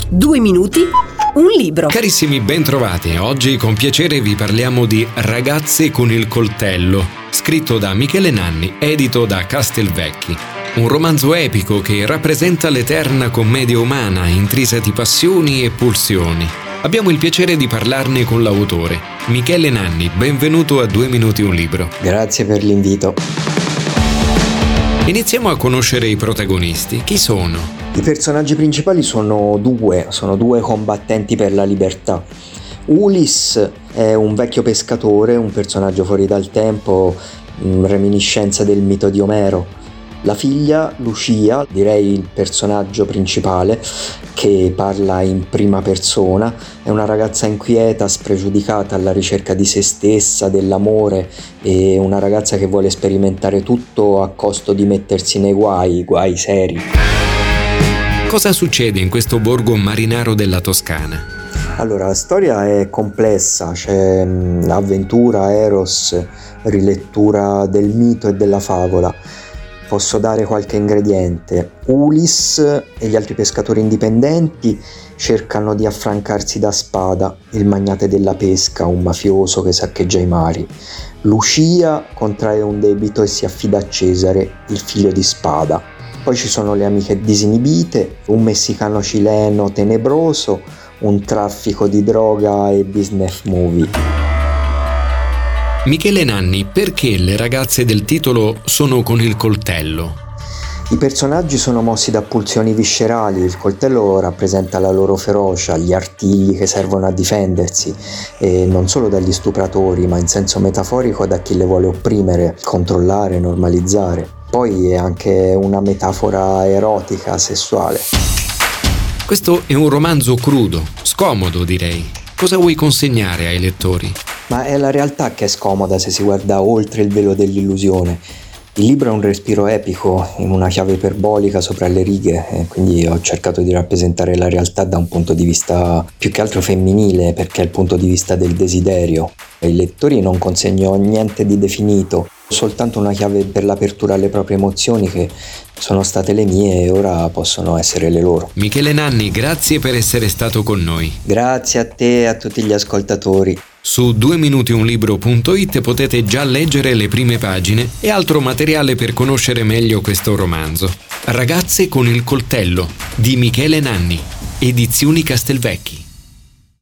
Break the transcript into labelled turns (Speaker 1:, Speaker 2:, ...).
Speaker 1: 2 minuti, un libro.
Speaker 2: Carissimi, bentrovati. Oggi con piacere vi parliamo di Ragazze con il coltello, scritto da Michele Nanni, edito da Castelvecchi. Un romanzo epico che rappresenta l'eterna commedia umana, intrisa di passioni e pulsioni. Abbiamo il piacere di parlarne con l'autore. Michele Nanni, benvenuto a 2 minuti un libro.
Speaker 3: Grazie per l'invito.
Speaker 2: Iniziamo a conoscere i protagonisti. Chi sono?
Speaker 3: I personaggi principali sono due combattenti per la libertà. Ulis è un vecchio pescatore, un personaggio fuori dal tempo, reminiscenza del mito di Omero. La figlia, Lucia, direi il personaggio principale, che parla in prima persona, è una ragazza inquieta, spregiudicata, alla ricerca di se stessa, dell'amore, e una ragazza che vuole sperimentare tutto a costo di mettersi nei guai seri.
Speaker 2: Cosa succede in questo borgo marinaro della Toscana?
Speaker 3: Allora, la storia è complessa, c'è avventura, eros, rilettura del mito e della favola. Posso dare qualche ingrediente. Ulis e gli altri pescatori indipendenti cercano di affrancarsi da Spada, il magnate della pesca, un mafioso che saccheggia i mari. Lucia contrae un debito e si affida a Cesare, il figlio di Spada. Poi ci sono le amiche disinibite, un messicano cileno tenebroso, un traffico di droga e business movie.
Speaker 2: Michele Nanni, perché le ragazze del titolo sono con il coltello?
Speaker 3: I personaggi sono mossi da pulsioni viscerali, il coltello rappresenta la loro ferocia, gli artigli che servono a difendersi, e non solo dagli stupratori, ma in senso metaforico da chi le vuole opprimere, controllare, normalizzare. Poi è anche una metafora erotica, sessuale.
Speaker 2: Questo è un romanzo crudo, scomodo direi. Cosa vuoi consegnare ai lettori?
Speaker 3: Ma è la realtà che è scomoda se si guarda oltre il velo dell'illusione. Il libro è un respiro epico, in una chiave iperbolica sopra le righe, e quindi ho cercato di rappresentare la realtà da un punto di vista più che altro femminile, perché è il punto di vista del desiderio. Ai lettori non consegno niente di definito, soltanto una chiave per l'apertura alle proprie emozioni che sono state le mie e ora possono essere le loro.
Speaker 2: Michele Nanni, grazie per essere stato con noi.
Speaker 3: Grazie a te e a tutti gli ascoltatori.
Speaker 2: Su 2minutionlibro.it potete già leggere le prime pagine e altro materiale per conoscere meglio questo romanzo. Ragazze con il coltello di Michele Nanni, edizioni Castelvecchi.